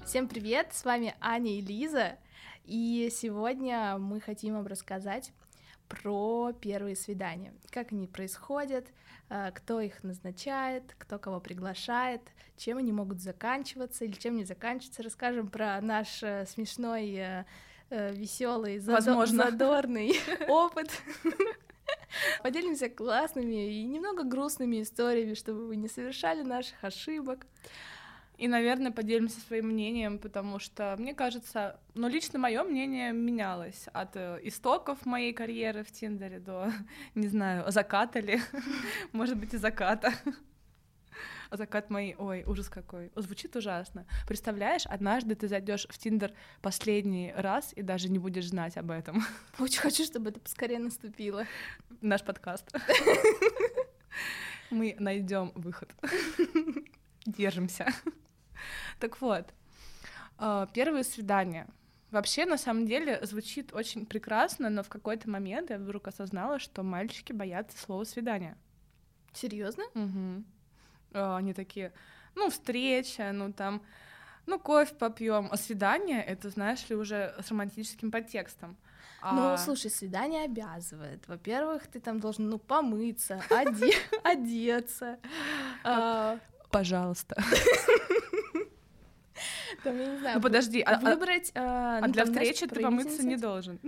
Всем привет, с вами Аня и Лиза, и сегодня мы хотим вам рассказать про первые свидания, как они происходят, кто их назначает, кто кого приглашает, чем они могут заканчиваться или чем не заканчиваться. Расскажем про наш смешной, веселый, задорный опыт. Поделимся классными и немного грустными историями, чтобы вы не совершали наших ошибок. И, наверное, поделимся своим мнением, потому что, мне кажется, лично мое мнение менялось от истоков моей карьеры в Тиндере до, не знаю, заката ли, может быть, и заката. А закат моей, ой, ужас какой, звучит ужасно. Представляешь, однажды ты зайдешь в Тиндер последний раз и даже не будешь знать об этом. Очень хочу, чтобы это поскорее наступило. Наш подкаст. Мы найдем выход. Держимся. Так вот, первые свидания. Вообще, на самом деле, звучит очень прекрасно, но в какой-то момент я вдруг осознала, что мальчики боятся слова «свидание». Серьезно? Угу. Они такие, встреча, кофе попьем. А свидание — это, знаешь ли, уже с романтическим подтекстом. Слушай, свидание обязывает. Во-первых, ты там должен, помыться, одеться. Пожалуйста. Там, я не знаю, подожди, выбрать... для встречи ты помыться не должен.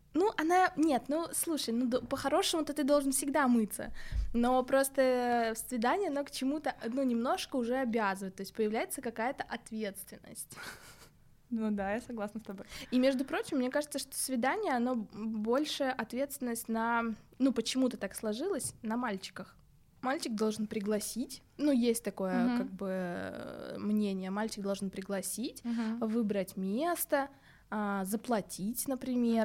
Слушай, по-хорошему-то ты должен всегда мыться, но просто свидание, оно к чему-то, немножко уже обязывает, то есть появляется какая-то ответственность. Да, я согласна с тобой. И, между прочим, мне кажется, что свидание, оно больше ответственность на, почему-то так сложилось, на мальчиках. Мальчик должен пригласить, есть такое, мнение, мальчик должен пригласить, выбрать место, заплатить, например,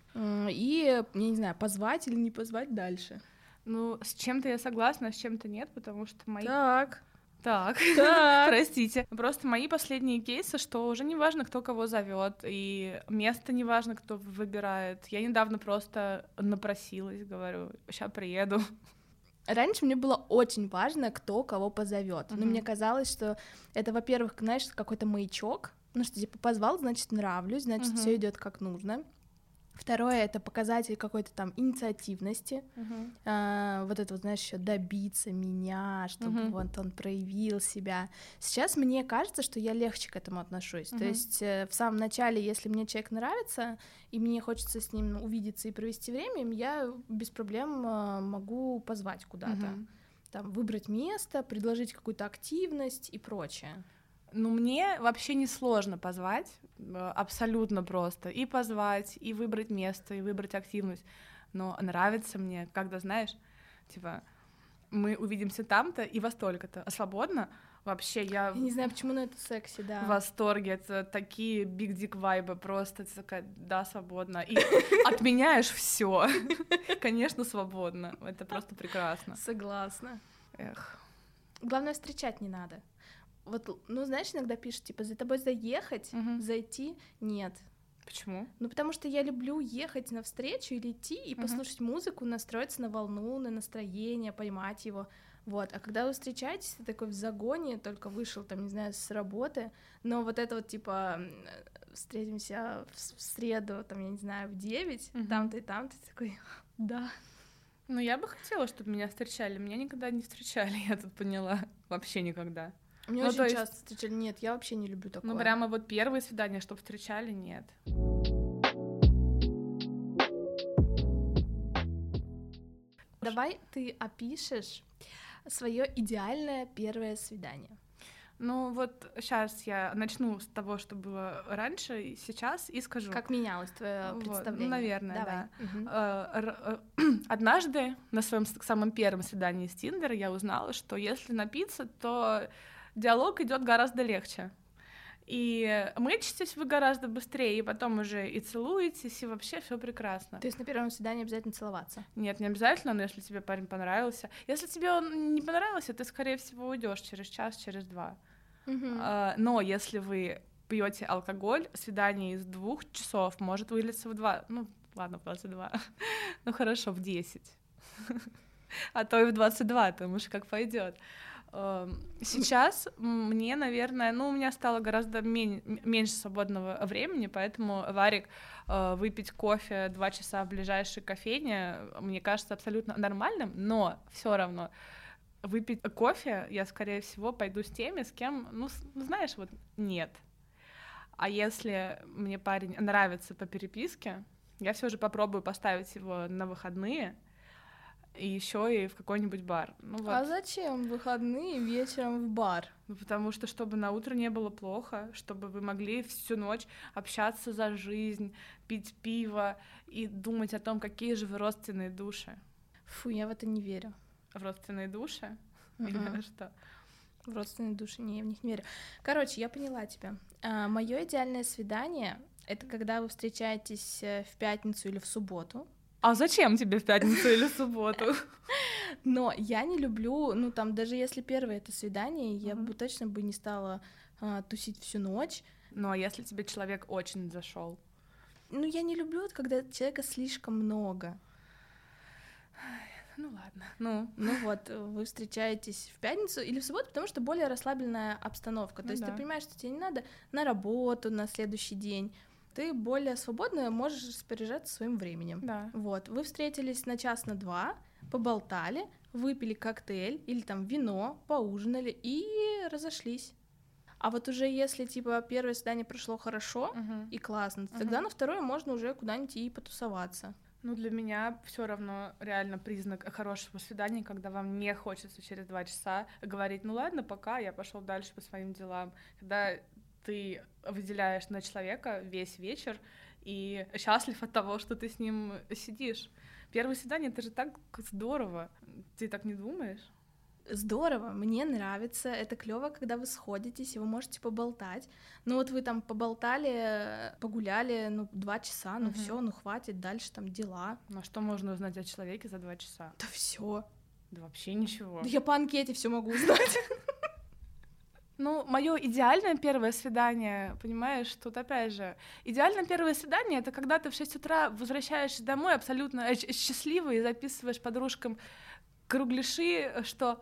и, я не знаю, позвать или не позвать дальше. С чем-то я согласна, а с чем-то нет, потому что мои... Так, простите. Просто мои последние кейсы, что уже не важно, кто кого зовет, и место не важно, кто выбирает. Я недавно просто напросилась, говорю, сейчас приеду. Раньше мне было очень важно, кто кого позовет. Но мне казалось, что это, во-первых, знаешь, какой-то маячок, что типа позвал, значит, нравлюсь, значит, все идет как нужно. Второе — это показатель какой-то там инициативности, вот это, знаешь, еще добиться меня, чтобы вот он проявил себя. Сейчас мне кажется, что я легче к этому отношусь. То есть в самом начале, если мне человек нравится, и мне хочется с ним увидеться и провести время, я без проблем могу позвать куда-то, там, выбрать место, предложить какую-то активность и прочее. Мне вообще не сложно позвать, абсолютно просто. И позвать, и выбрать место, и выбрать активность. Но нравится мне, когда, знаешь, типа, мы увидимся там-то и во столько-то. А свободно? Вообще, я не знаю, почему, но это секси, да. В восторге, это такие big dick вайбы, просто ты такая, да, свободно. И отменяешь все. Конечно, свободно. Это просто прекрасно. Согласна. Эх. Главное, встречать не надо. Вот, знаешь, иногда пишут, типа, за тобой заехать, зайти, нет. Почему? Потому что я люблю ехать навстречу или идти и послушать музыку, настроиться на волну, на настроение, поймать его, вот. А когда вы встречаетесь, ты такой в загоне, только вышел, там, не знаю, с работы, но вот это вот, типа, встретимся в среду, там, я не знаю, в 9, там-то и там-то, ты такой, да. Я бы хотела, чтобы меня встречали, меня никогда не встречали, я тут поняла, вообще никогда. Меня очень часто встречали. Нет, я вообще не люблю такое. Прямо вот первые свидания, чтобы встречали, нет. Давай ты опишешь свое идеальное первое свидание. Сейчас я начну с того, что было раньше, и сейчас, и скажу. Как менялось твое представление? Наверное, да. Однажды на своем самом первом свидании с Тиндера я узнала, что если напиться, то диалог идет гораздо легче. И мычитесь вы гораздо быстрее, и потом уже и целуетесь, и вообще все прекрасно. То есть на первом свидании обязательно целоваться? Нет, не обязательно, но если тебе парень понравился. Если тебе он не понравился, ты, скорее всего, уйдешь через час, через два. Но если вы пьете алкоголь, свидание из 2 часов может вылиться в 2, в 22. Хорошо, в 10. А то и в 22, потому что как пойдет. Сейчас мне, наверное, у меня стало гораздо меньше свободного времени, поэтому, Варик, выпить кофе 2 часа в ближайшей кофейне мне кажется абсолютно нормальным, но все равно выпить кофе я, скорее всего, пойду с теми, с кем, знаешь, вот нет. А если мне парень нравится по переписке, я все же попробую поставить его на выходные и еще и в какой-нибудь бар. А зачем выходные вечером в бар? Потому что, чтобы на утро не было плохо, чтобы вы могли всю ночь общаться за жизнь, пить пиво и думать о том, какие же вы родственные души. Фу, я в это не верю. В родственные души? Или что? В родственные души, не, я в них не верю. Короче, я поняла тебя. Мое идеальное свидание — это когда вы встречаетесь в пятницу или в субботу. А зачем тебе в пятницу или в субботу? Но я не люблю, там даже если первое это свидание, я бы точно не стала тусить всю ночь. Ну а если тебе человек очень зашел? Я не люблю, когда человека слишком много. Ну ладно. Вот, вы встречаетесь в пятницу или в субботу, потому что более расслабленная обстановка. То есть ты понимаешь, что тебе не надо на работу на следующий день. Ты более свободно можешь распоряжаться своим временем. Да. Вот, вы встретились на час, на два, поболтали, выпили коктейль или там вино, поужинали и разошлись. А вот уже если, первое свидание прошло хорошо и классно, тогда на второе можно уже куда-нибудь и потусоваться. Для меня все равно реально признак хорошего свидания, когда вам не хочется через 2 часа говорить: ну ладно, пока, я пошел дальше по своим делам. Когда ты выделяешь на человека весь вечер и счастлив от того, что ты с ним сидишь. Первое свидание — это же так здорово. Ты так не думаешь? Здорово, мне нравится, это клево, когда вы сходитесь, и вы можете поболтать. Вот вы там поболтали, погуляли, 2 часа, все, хватит, дальше там дела. А что можно узнать о человеке за 2 часа? Да все. Да вообще ничего. Да я по анкете все могу узнать. Мое идеальное первое свидание, понимаешь, тут опять же, идеальное первое свидание — это когда ты в 6 утра возвращаешься домой абсолютно счастливый и записываешь подружкам кругляши, что...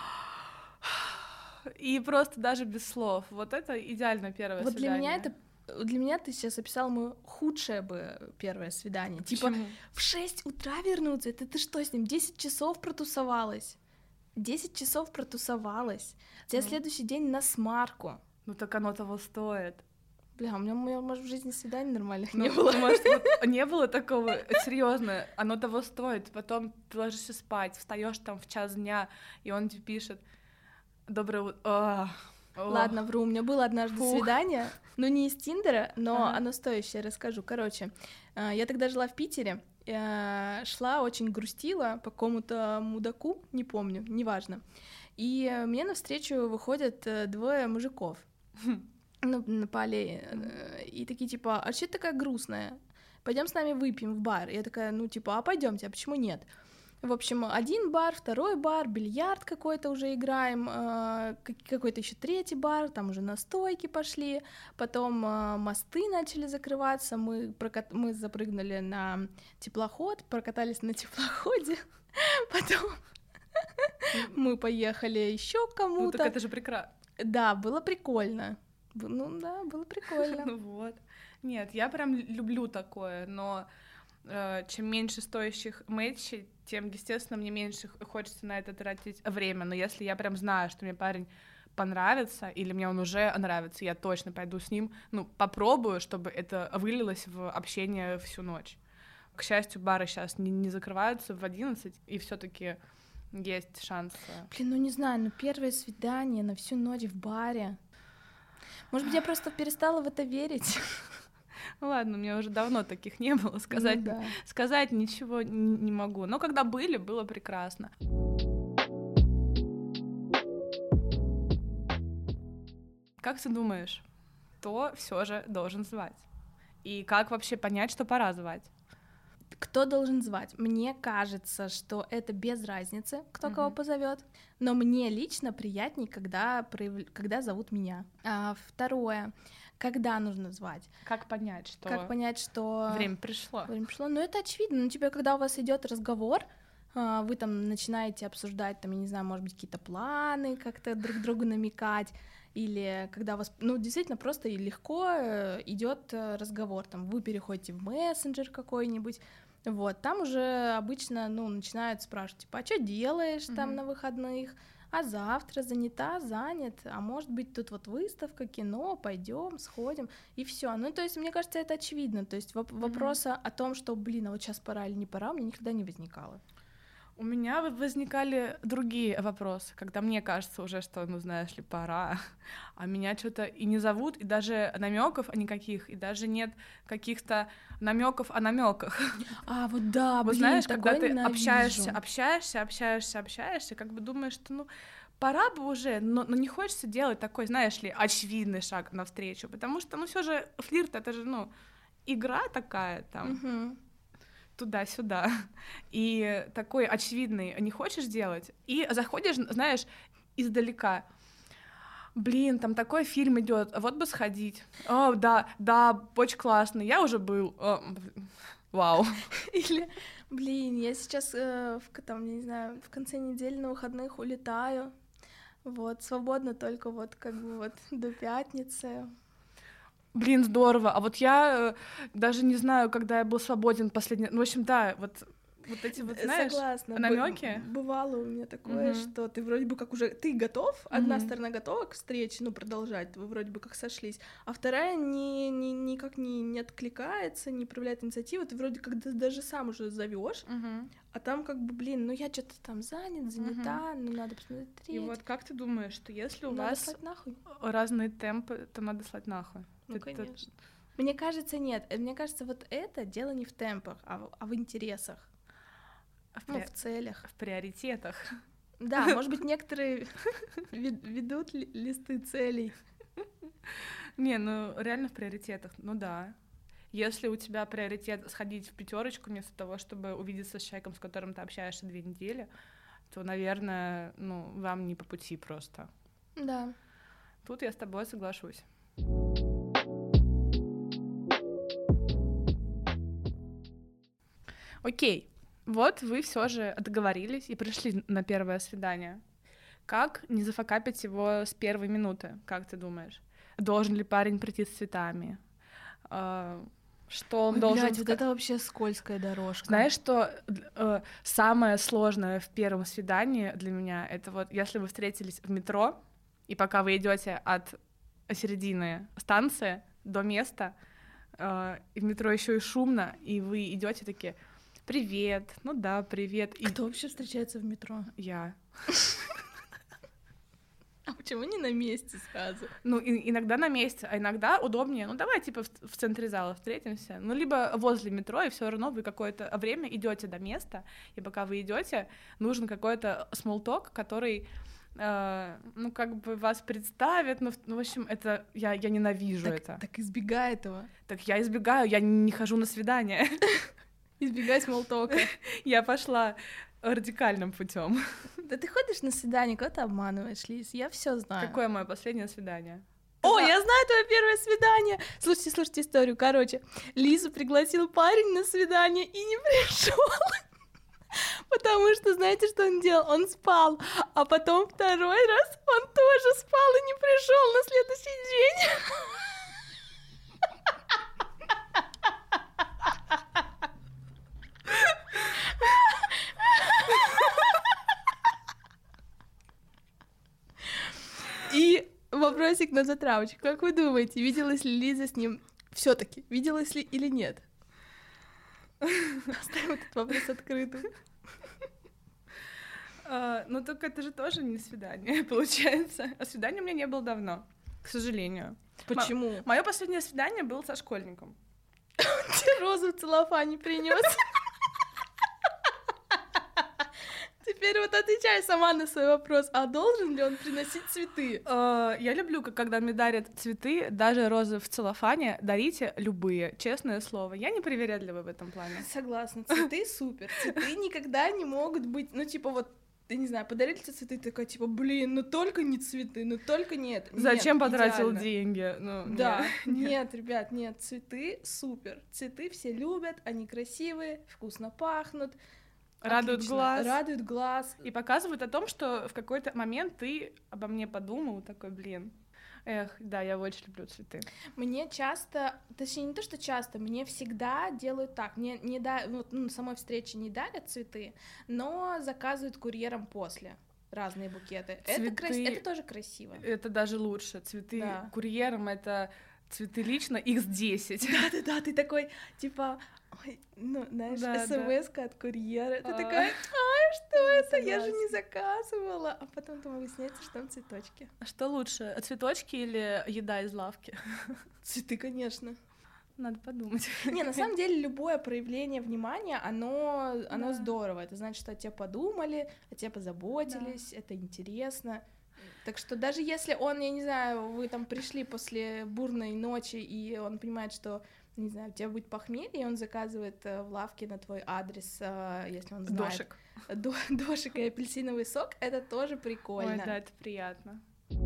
И просто даже без слов. Вот это идеальное первое свидание. Для меня ты сейчас описала мое худшее бы первое свидание. Почему? В 6 утра вернуться, это ты что с ним, 10 часов протусовалась? 10 часов протусовалась. У тебя следующий день на смарку. Так оно того стоит. Бля, у меня, может, в жизни свиданий нормальных не было. Может, не было такого, серьезно, оно того стоит. Потом ты ложишься спать, встаешь там в час дня, и он тебе пишет: доброе утро. Ладно, вру, у меня было однажды свидание, не из Тиндера, но оно стоящее, расскажу. Короче, я тогда жила в Питере, шла, очень грустила по какому-то мудаку, не помню, неважно. И мне навстречу выходят 2 мужиков. На поле, и такие, а что ты такая грустная? Пойдем с нами выпьем в бар. Я такая, а пойдемте, а почему нет? В общем, 1 бар, 2 бар, бильярд какой-то уже играем, какой-то еще 3 бар, там уже настойки пошли, потом мосты начали закрываться, мы запрыгнули на теплоход, прокатались на теплоходе, потом мы поехали еще к кому-то. Так это же прекрасно. Да, было прикольно. Было прикольно. Вот. Нет, я прям люблю такое, но чем меньше стоящих матчей, тем, естественно, мне меньше хочется на это тратить время. Но если я прям знаю, что мне парень понравится, или мне он уже нравится, я точно пойду с ним, попробую, чтобы это вылилось в общение всю ночь. К счастью, бары сейчас не закрываются в 11, и все-таки есть шанс. Блин, не знаю, первое свидание на всю ночь в баре. Может быть, я просто перестала в это верить. Ладно, у меня уже давно таких не было, сказать ничего не могу. Но когда были, было прекрасно. Как ты думаешь, кто все же должен звать? И как вообще понять, что пора звать? Кто должен звать? Мне кажется, что это без разницы, кто кого позовет, но мне лично приятней, когда зовут меня. Второе. Когда нужно звать? Как понять, что время пришло? Время пришло. Это очевидно. Когда у вас идет разговор, вы там начинаете обсуждать, там, я не знаю, может быть, какие-то планы, как-то друг другу намекать, или когда у вас, ну, действительно, просто и легко идет разговор, там, вы переходите в мессенджер какой-нибудь, вот, там уже обычно, ну, начинают спрашивать, типа, а что делаешь там на выходных, а завтра занята, занят, а может быть, тут вот выставка, кино, пойдем, сходим, и все. Ну, то есть, мне кажется, это очевидно, то есть вопроса о том, что, блин, а вот сейчас пора или не пора, у меня никогда не возникало. У меня возникали другие вопросы, когда мне кажется уже, что, ну, знаешь ли, пора, а меня что-то и не зовут, и даже намеков никаких, и даже нет каких-то намеков о намеках. А, вот да, вот блин, знаешь, когда ты ненавижу. общаешься, как бы думаешь, что, ну, пора бы уже, но не хочется делать такой, знаешь ли, очевидный шаг навстречу, потому что, ну, все же флирт, это же, ну, игра такая там. Туда-сюда, и такой очевидный не хочешь делать, и заходишь, знаешь, издалека, блин, там такой фильм идет, вот бы сходить, о, да, очень классный, я уже был, вау. Или, блин, я сейчас, там, не знаю, в конце недели на выходных улетаю, вот, свободно только вот, как бы вот до пятницы. Блин, здорово. А вот я даже не знаю, когда я был свободен последний... Ну, в общем, да, вот эти вот, знаешь, намеки. Бывало у меня такое, что ты вроде бы как уже... Ты готов, одна сторона готова к встрече, ну, продолжать, вы вроде бы как сошлись, а вторая никак не откликается, не проявляет инициативу, ты вроде как даже сам уже зовешь, а там как бы, блин, ну я что-то там занята, ну надо посмотреть. И вот как ты думаешь, что если у надо вас слать нахуй? Разные темпы, то надо слать нахуй? Ну, конечно. Мне кажется, нет. Мне кажется, вот это дело не в темпах, а в интересах. В целях. В приоритетах. Да, может быть, некоторые ведут листы целей. Не, ну реально в приоритетах, ну да. Если у тебя приоритет сходить в 5 вместо того, чтобы увидеться с человеком, с которым ты общаешься 2 недели, то, наверное, ну, вам не по пути просто. Да. Тут я с тобой соглашусь. Окей, вот вы все же договорились и пришли на первое свидание. Как не зафакапить его с первой минуты, как ты думаешь? Должен ли парень прийти с цветами? Что он должен... Блядь, вот это вообще скользкая дорожка. Знаешь, что самое сложное в первом свидании для меня, это вот если вы встретились в метро, и пока вы идете от середины станции до места, и в метро еще и шумно, и вы идете такие: привет, ну да, привет. Кто вообще встречается в метро? Я. А почему не на месте сразу? Ну, иногда на месте, а иногда удобнее. Ну, давай, типа, в центре зала встретимся. Ну, либо возле метро, и все равно вы какое-то время идете до места, и пока вы идете, нужен какой-то small talk, который, ну, как бы вас представит. Ну, в общем, это я ненавижу это. Так избегай этого. Так я избегаю, я не хожу на свидание. Избегай small talk. Я пошла радикальным путем. Да ты ходишь на свидание, кого ты обманываешь, Лиз? Я все знаю. Какое мое последнее свидание? О, я знаю твое первое свидание! Слушайте историю. Короче, Лизу пригласил парень на свидание и не пришел. Потому что, знаете, что он делал? Он спал. А потом второй раз он тоже спал и не пришел на следующий день. И вопросик на затравочку. Как вы думаете, виделась ли Лиза с ним все-таки? Виделась ли или нет? Оставим этот вопрос открытым. Ну, только это же тоже не свидание, получается. А свидания у меня не было давно, к сожалению. Почему? Мое последнее свидание было со школьником. Ты розу в целлофане принес. Теперь вот отвечай сама на свой вопрос. А должен ли он приносить цветы? Я люблю, когда мне дарят цветы, даже розы в целлофане. Дарите любые, честное слово. Я не привередливая в этом плане. Согласна, цветы супер. Цветы никогда не могут быть, ну, типа, вот, я не знаю, подарили тебе цветы, ты такая, типа, блин, ну только не цветы, ну только нет. Зачем нет, потратил идеально. деньги? Ну, да, нет, ребят, нет, цветы супер. Цветы все любят, они красивые, вкусно пахнут. Радует глаз. Радует глаз. И показывает о том, что в какой-то момент ты обо мне подумал, такой, блин. Эх, да, я очень люблю цветы. Мне часто, точнее, не то, что часто, мне всегда делают так. Мне не вот, самой встрече не дарят цветы, но заказывают курьером после разные букеты. Цветы... Это тоже красиво. Это даже лучше. Цветы курьером — это цветы лично, их с 10. Да, ты такой, типа, ой, знаешь, смс-ка от курьера. Ты такая, что это? Я же не заказывала. А потом там выясняется, что там цветочки. А что лучше, цветочки или еда из лавки? Цветы, конечно. Надо подумать. Не, на самом деле, любое проявление внимания, оно здорово. Это значит, что о тебе подумали, о тебе позаботились, это интересно. Так что даже если он, я не знаю, вы там пришли после бурной ночи, и он понимает, что, не знаю, у тебя будет похмелье, и он заказывает в лавке на твой адрес, если он знает. Дошик и апельсиновый сок, это тоже прикольно. Ой, да, это приятно.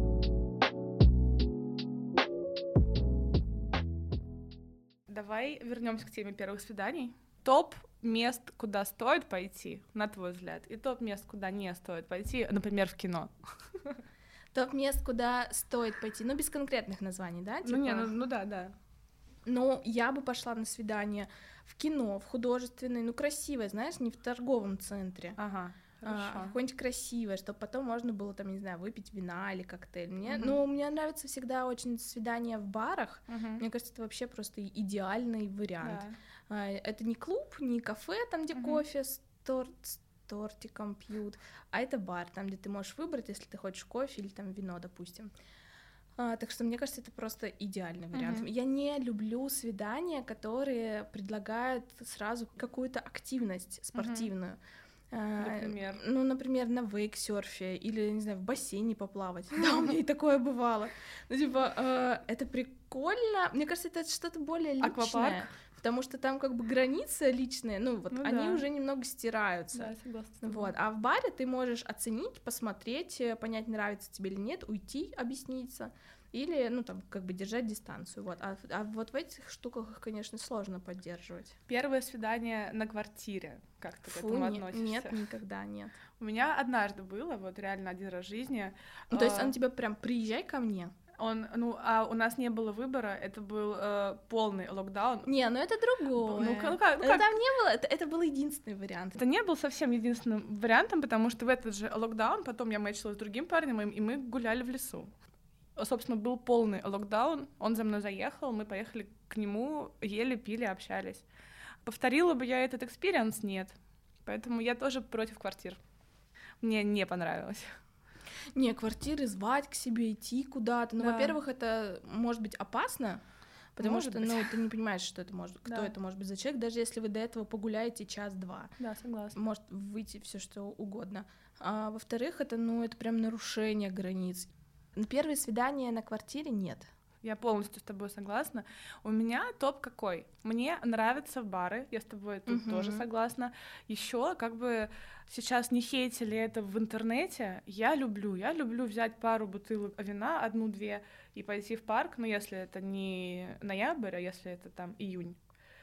Давай вернемся к теме первых свиданий. Топ мест, куда стоит пойти, на твой взгляд, и топ мест, куда не стоит пойти, например, в кино. Топ мест, куда стоит пойти, без конкретных названий, да? Типа... да. Ну, я бы пошла на свидание в кино, в художественное, красивое, знаешь, не в торговом центре. Ага. Какое-нибудь красивое, чтобы потом можно было там, не знаю, выпить вина или коктейль. Мне нравится всегда очень свидания в барах. Мне кажется, это вообще просто идеальный вариант. Да. Это не клуб, не кафе, там, где кофе с тортиком пьют, а это бар, там, где ты можешь выбрать, если ты хочешь кофе или там вино, допустим. Так что мне кажется, это просто идеальный вариант. Я не люблю свидания, которые предлагают сразу какую-то активность спортивную. Например? Например, на вейксерфе или, не знаю, в бассейне поплавать. Да, у меня и такое бывало. Это прикольно. Мне кажется, это что-то более личное. Аквапарк? Потому что там как бы границы личные, они уже немного стираются. Да, согласна. А в баре ты можешь оценить, посмотреть, понять, нравится тебе или нет, уйти, объясниться. Или, держать дистанцию, А вот в этих штуках их, конечно, сложно поддерживать. Первое свидание на квартире, как ты к этому относишься? Нет, никогда нет. У меня однажды было, реально один раз в жизни. То есть он тебе прям приезжай ко мне? А у нас не было выбора, это был полный локдаун. Не, это другое. Как? Там не было, это был единственный вариант. Это не был совсем единственным вариантом, потому что в этот же локдаун потом я мэчилась с другим парнем, и мы гуляли в лесу. Собственно, был полный локдаун, он за мной заехал, мы поехали к нему, ели, пили, общались. Повторила бы я этот экспириенс? Нет. Поэтому я тоже против квартир. Мне не понравилось. Не, квартиры звать к себе, идти куда-то. Во-первых, это может быть опасно, потому что, ты не понимаешь, что это может, кто это может быть за человек, даже если вы до этого погуляете час-два. Да, согласна. Может выйти все что угодно. А во-вторых, это прям нарушение границ. Первое свидание на квартире нет. Я полностью с тобой согласна. У меня топ какой? Мне нравятся бары, я с тобой тут тоже согласна. Еще сейчас не хейтили это в интернете, я люблю взять пару бутылок вина, 1-2, и пойти в парк, если это не ноябрь, а если это там июнь.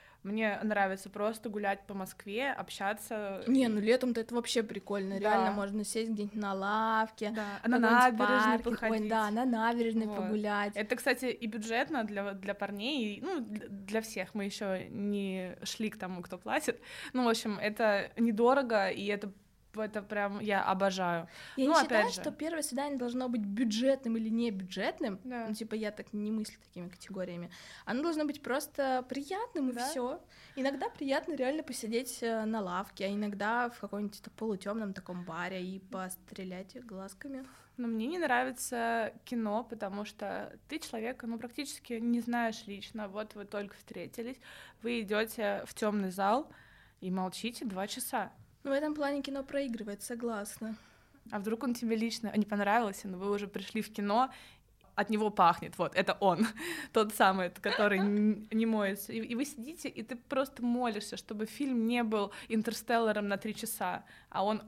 Мне нравится просто гулять по Москве, общаться. Летом-то это вообще прикольно. Да. Реально можно сесть где-нибудь на лавке, на набережной походить. На набережной погулять. Это, кстати, и бюджетно для парней, и, для всех. Мы еще не шли к тому, кто платит. В общем, это недорого, и это прям я обожаю. Я не считаю, что первое свидание должно быть бюджетным или не бюджетным. Да. Я так не мыслю такими категориями. Оно должно быть просто приятным, и все. Иногда приятно реально посидеть на лавке, а иногда в каком-нибудь полутемном таком баре и пострелять глазками. Но мне не нравится кино, потому что ты человека, практически не знаешь лично. Вот вы только встретились, вы идете в темный зал и молчите 2 часа. В этом плане кино проигрывает, согласна. А вдруг он тебе лично не понравился, но вы уже пришли в кино, от него пахнет, это он, тот самый, который не моется. И вы сидите, и ты просто молишься, чтобы фильм не был «Интерстелларом» на 3 часа, а он.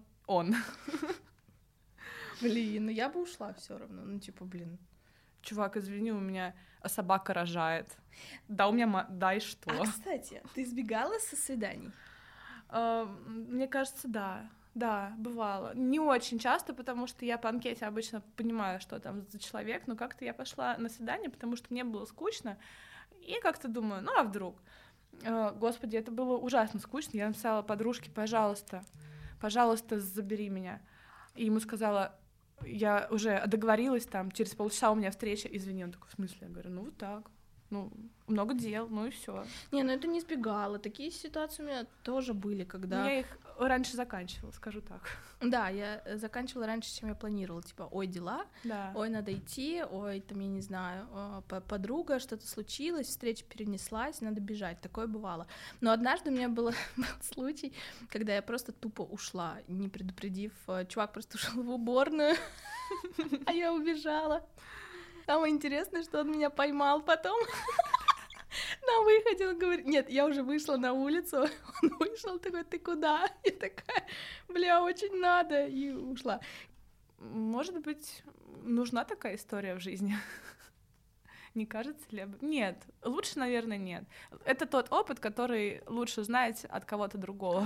Блин, я бы ушла все равно, Чувак, извини, у меня собака рожает. Да, у меня... Да, и что? А, кстати, ты избегала со свиданий? Мне кажется, да. Да, бывало. Не очень часто, потому что я по анкете обычно понимаю, что там за человек, но как-то я пошла на свидание, потому что мне было скучно, и как-то думаю, ну а вдруг? Господи, это было ужасно скучно. Я написала подружке: пожалуйста, пожалуйста, забери меня. И ему сказала: я уже договорилась, там, через полчаса у меня встреча, извини. Он такой: в смысле? Я говорю: ну вот так. Ну, много дел, ну и все. Не, ну это не сбегала. Такие ситуации у меня тоже были, когда... Я их раньше заканчивала, скажу так. Да, я заканчивала раньше, чем я планировала. Типа, ой, дела, Да. ой, надо идти, ой, там, я не знаю, подруга, что-то случилось, встреча перенеслась, надо бежать. Такое бывало. Но однажды у меня был случай, когда я просто тупо ушла, не предупредив. Чувак просто ушел в уборную, а я убежала. Самое интересное, что он меня поймал потом. На выходе он говорит: нет, я уже вышла на улицу. Он вышел такой: ты куда? Я такая: бля, очень надо, и ушла. Может быть, нужна такая история в жизни? Не кажется ли? Нет, лучше, наверное, нет. Это тот опыт, который лучше знать от кого-то другого.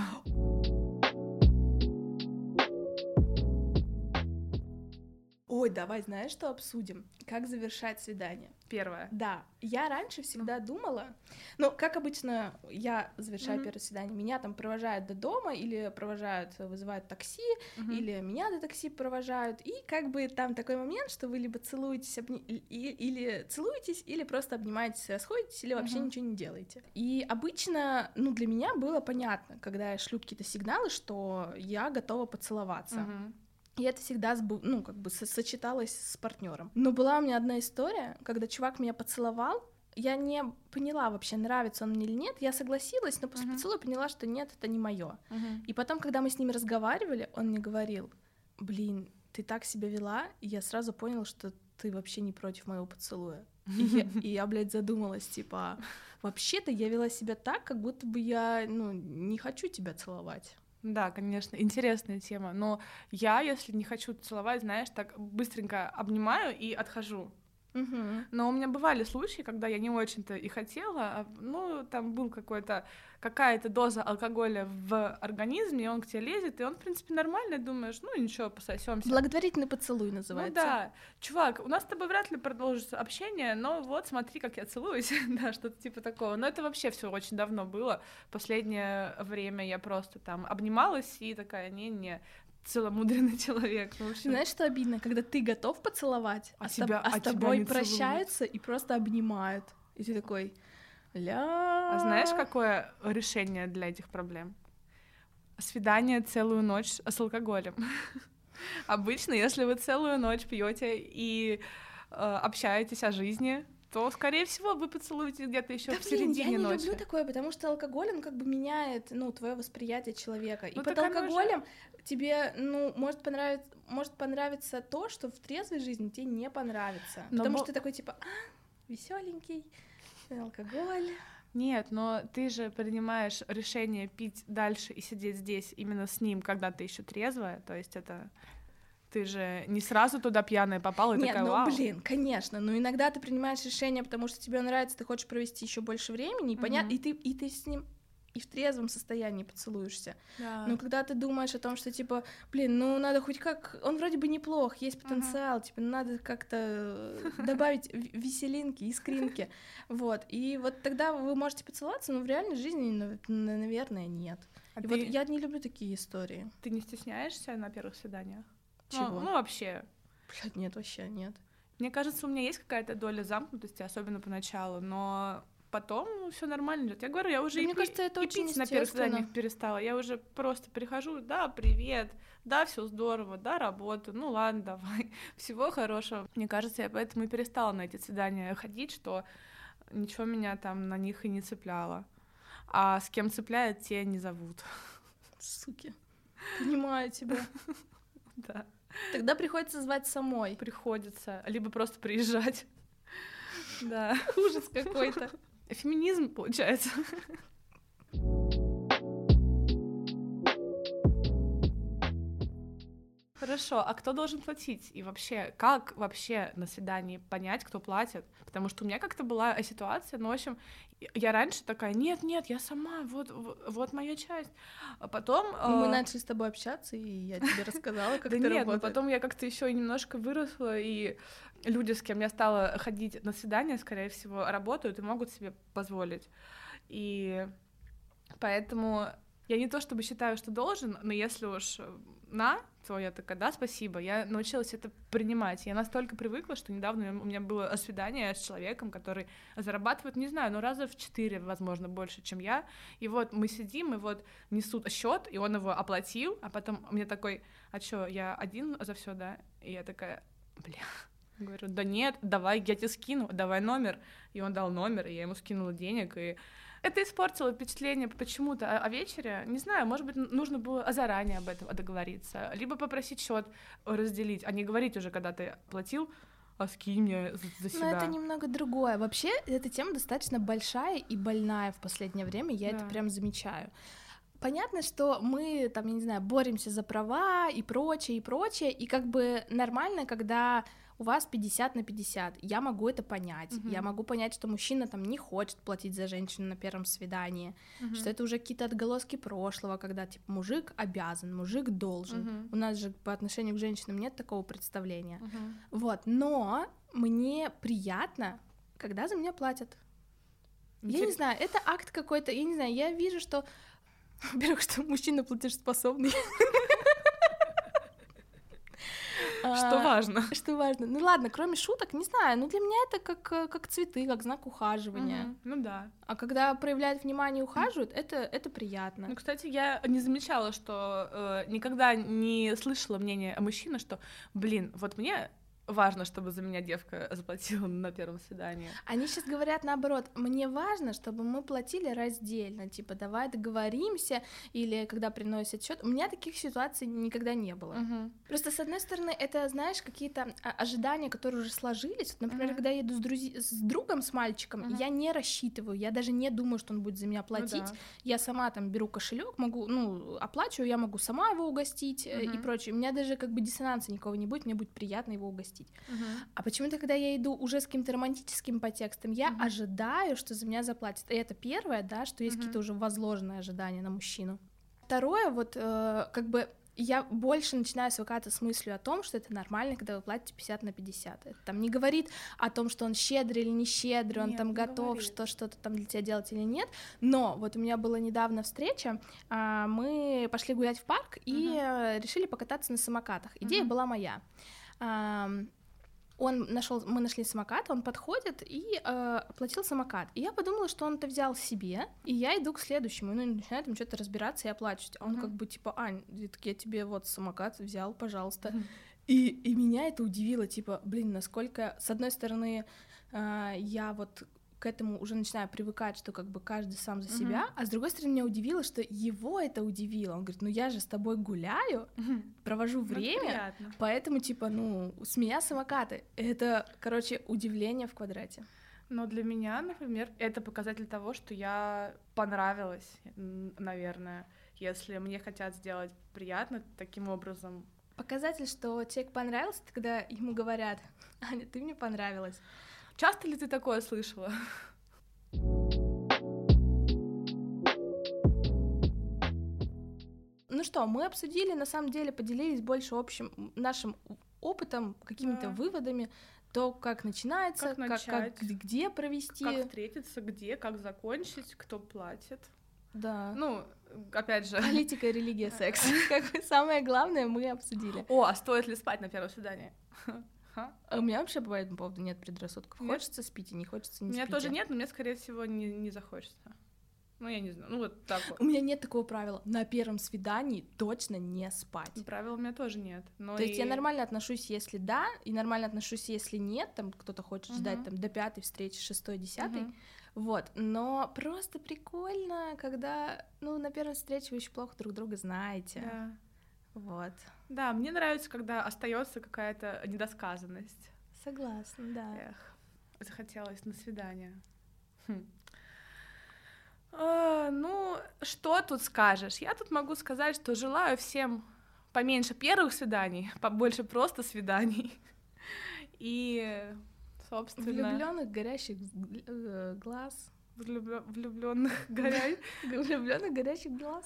Ой, давай, знаешь, что обсудим? Как завершать свидание? Первое. Да, я раньше всегда думала, ну, как обычно я завершаю первое свидание, меня там провожают до дома, или провожают, вызывают такси, или меня до такси провожают, и как бы там такой момент, что вы либо целуетесь, или целуетесь, или просто обнимаетесь, расходитесь, или вообще ничего не делаете. И обычно, ну, для меня было понятно, когда я шлю какие-то сигналы, что я готова поцеловаться. И это всегда, ну, как бы сочеталось с партнером. Но была у меня одна история, когда чувак меня поцеловал, я не поняла вообще, нравится он мне или нет, я согласилась, но после поцелуя поняла, что нет, это не мое. И потом, когда мы с ним разговаривали, он мне говорил: блин, ты так себя вела, и я сразу поняла, что ты вообще не против моего поцелуя. И я, блядь, задумалась, типа, вообще-то я вела себя так, как будто бы я, ну, не хочу тебя целовать. Да, конечно, интересная тема, но я, если не хочу целовать, знаешь, так быстренько обнимаю и отхожу. Но у меня бывали случаи, когда я не очень-то и хотела, ну, там был какая-то доза алкоголя в организме, и он к тебе лезет, и он, в принципе, нормальный, думаешь, ну, ничего, пососёмся. Благотворительный поцелуй называется. Ну да, чувак, у нас с тобой вряд ли продолжится общение, но вот смотри, как я целуюсь, да, что-то типа такого. Но это вообще все очень давно было. Последнее время я просто там обнималась и такая: не-не, целомудренный человек. Ну, знаешь, что обидно, когда ты готов поцеловать, а с тобой прощаются и просто обнимают. И ты такой: ля. А знаешь, какое решение для этих проблем? Свидание целую ночь с алкоголем. Обычно, если вы целую ночь пьете и общаетесь о жизни, то, скорее всего, вы поцелуете где-то еще в середине ночи. Я не люблю такое, потому что алкоголь, он как бы меняет, ну, твое восприятие человека. И под алкоголем тебе, ну, может понравиться то, что в трезвой жизни тебе не понравится. Потому что ты такой, типа, веселенький, алкоголь. Нет, но ты же принимаешь решение пить дальше и сидеть здесь именно с ним, когда ты еще трезвая, то есть это... Ты же не сразу туда пьяная попала и такая: вау. Нет, ну, блин, конечно, но иногда ты принимаешь решение, потому что тебе нравится, ты хочешь провести еще больше времени, и понятно, и ты с ним и в трезвом состоянии поцелуешься. Да. Но когда ты думаешь о том, что, типа, блин, ну, надо хоть как... Он вроде бы неплох, есть потенциал, типа, надо как-то добавить веселинки, искринки, вот. И вот тогда вы можете поцеловаться, но в реальной жизни, наверное, нет. И вот я не люблю такие истории. Ты не стесняешься на первых свиданиях? Чего? Ну, вообще. Блядь, нет, вообще нет. Мне кажется, у меня есть какая-то доля замкнутости, особенно поначалу, но потом все нормально идет. Я говорю, я уже мне кажется, это очень пить на первых свиданиях перестала. Я уже просто прихожу: да, привет, да, все здорово, да, работаю, ну ладно, давай, всего хорошего. Мне кажется, я поэтому и перестала на эти свидания ходить, что ничего меня там на них и не цепляло. А с кем цепляет, те не зовут. Суки. Понимаю тебя. Да. Тогда приходится звать самой. Приходится. Либо просто приезжать. Да. Ужас какой-то. Феминизм, получается. Хорошо, а кто должен платить? И вообще, как вообще на свидании понять, кто платит? Потому что у меня как-то была ситуация, ну, в общем, я раньше такая, нет, я сама, вот моя часть. А потом... Мы начали с тобой общаться, и я тебе рассказала, как да это нет, работает. но потом я как-то еще немножко выросла, и люди, с кем я стала ходить на свидания, скорее всего, работают и могут себе позволить. И поэтому я не то чтобы считаю, что должен, но если уж то я такая, да, спасибо. Я научилась это принимать. Я настолько привыкла, что недавно у меня было свидание с человеком, который зарабатывает, не знаю, ну раза в 4, возможно, больше, чем я. И вот мы сидим, и вот несут счет, и он его оплатил, а потом мне такой, а чё, я один за все, да? И я такая, бля. Говорю, да нет, давай, я тебе скину, давай номер. И он дал номер, и я ему скинула денег, и это испортило впечатление почему-то о вечере. Не знаю, может быть, нужно было заранее об этом договориться, либо попросить счет разделить, а не говорить уже, когда ты платил, а скинь мне за себя. Но это немного другое. Вообще, эта тема достаточно большая и больная в последнее время, я это прям замечаю. Понятно, что мы, там, я не знаю, боремся за права и прочее, и как бы нормально, когда у вас 50/50, я могу это понять, я могу понять, что мужчина там не хочет платить за женщину на первом свидании, что это уже какие-то отголоски прошлого, когда, типа, мужик обязан, мужик должен, у нас же по отношению к женщинам нет такого представления, вот, но мне приятно, когда за меня платят. Я не знаю, это акт какой-то, я не знаю, я вижу, что, во-первых, что мужчина платежеспособный. Что важно. Что важно. Ну ладно, кроме шуток, не знаю, но для меня это как цветы, как знак ухаживания. Ну да. А когда проявляют внимание и ухаживают, это приятно. Ну, кстати, я не замечала, что никогда не слышала мнения о мужчине, что, блин, вот мне важно, чтобы за меня девка заплатила на первом свидании. Они сейчас говорят наоборот, мне важно, чтобы мы платили раздельно, типа давай договоримся, или когда приносят счет. У меня таких ситуаций никогда не было. Просто с одной стороны, это, знаешь, какие-то ожидания, которые уже сложились. Вот, например, когда я еду с другом, с мальчиком, я не рассчитываю, я даже не думаю, что он будет за меня платить. Ну, да. Я сама там беру кошелек, могу, оплачиваю, я могу сама его угостить и прочее. У меня даже как бы диссонанса никого не будет, мне будет приятно его угостить. А почему-то, когда я иду уже с каким-то романтическим подтекстом, я ожидаю, что за меня заплатят. И это первое, да, что есть какие-то уже возложенные ожидания на мужчину. Второе, вот как бы я больше начинаю свыкаться с мыслью о том, что это нормально, когда вы платите 50/50. Это там не говорит о том, что он щедрый или не щедрый, он там готов что-то там для тебя делать или нет, но вот у меня была недавно встреча, мы пошли гулять в парк и решили покататься на самокатах. Идея была моя. Мы нашли самокат, он подходит и оплатил самокат. И я подумала, что он это взял себе, и я иду к следующему, и начинаю там что-то разбираться и оплачивать. А он как бы типа, Ань, я тебе вот самокат взял, пожалуйста. И меня это удивило, типа, блин, насколько, с одной стороны, я вот к этому уже начинаю привыкать, что как бы каждый сам за себя, а с другой стороны меня удивило, что его это удивило. Он говорит, я же с тобой гуляю, провожу время, поэтому типа, с меня самокаты. Это, короче, удивление в квадрате. Но для меня, например, это показатель того, что я понравилась, наверное, если мне хотят сделать приятно таким образом. Показатель, что человек понравился, когда ему говорят, Аня, ты мне понравилась. Часто ли ты такое слышала? Ну что, мы обсудили, на самом деле, поделились больше общим нашим опытом, какими-то выводами, то, как начинается, как где провести. Как встретиться, где, как закончить, кто платит. Да. Опять же. Политика, религия, секс. Как бы самое главное мы обсудили. А стоит ли спать на первом свидании? У меня вообще по этому поводу нет предрассудков. Нет? Хочется спите, не хочется не спите. У меня тоже нет, но мне, скорее всего, не захочется. Я не знаю, вот так вот. У меня нет такого правила. На первом свидании точно не спать. Правила у меня тоже нет. То есть я нормально отношусь, если да, и нормально отношусь, если нет. Там кто-то хочет ждать там до 5-й встречи, 6-й, 10-й. Вот, но просто прикольно, когда, на первой встрече вы еще плохо друг друга знаете. Да. Вот. Да, мне нравится, когда остается какая-то недосказанность. Согласна, да. Захотелось на свидание. Что тут скажешь? Я тут могу сказать, что желаю всем поменьше первых свиданий, побольше просто свиданий. И, собственно... Влюбленных горящих глаз. Влюбленных Влюбленных горящих глаз.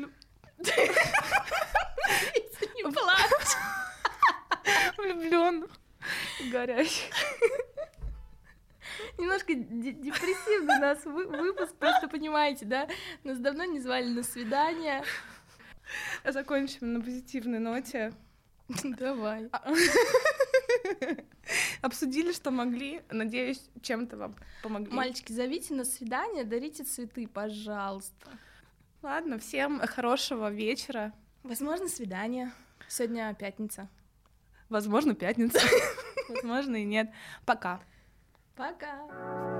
Не плачь. Влюбленных горящих. Немножко депрессивный у нас выпуск, просто понимаете, да? Нас давно не звали на свидание. Закончим на позитивной ноте. Давай. Обсудили, что могли. Надеюсь, чем-то вам помогли. Мальчики, зовите на свидание, дарите цветы, пожалуйста. Ладно, всем хорошего вечера. Возможно, свидание. Сегодня пятница. Возможно, пятница. Возможно, и нет. Пока. Пока.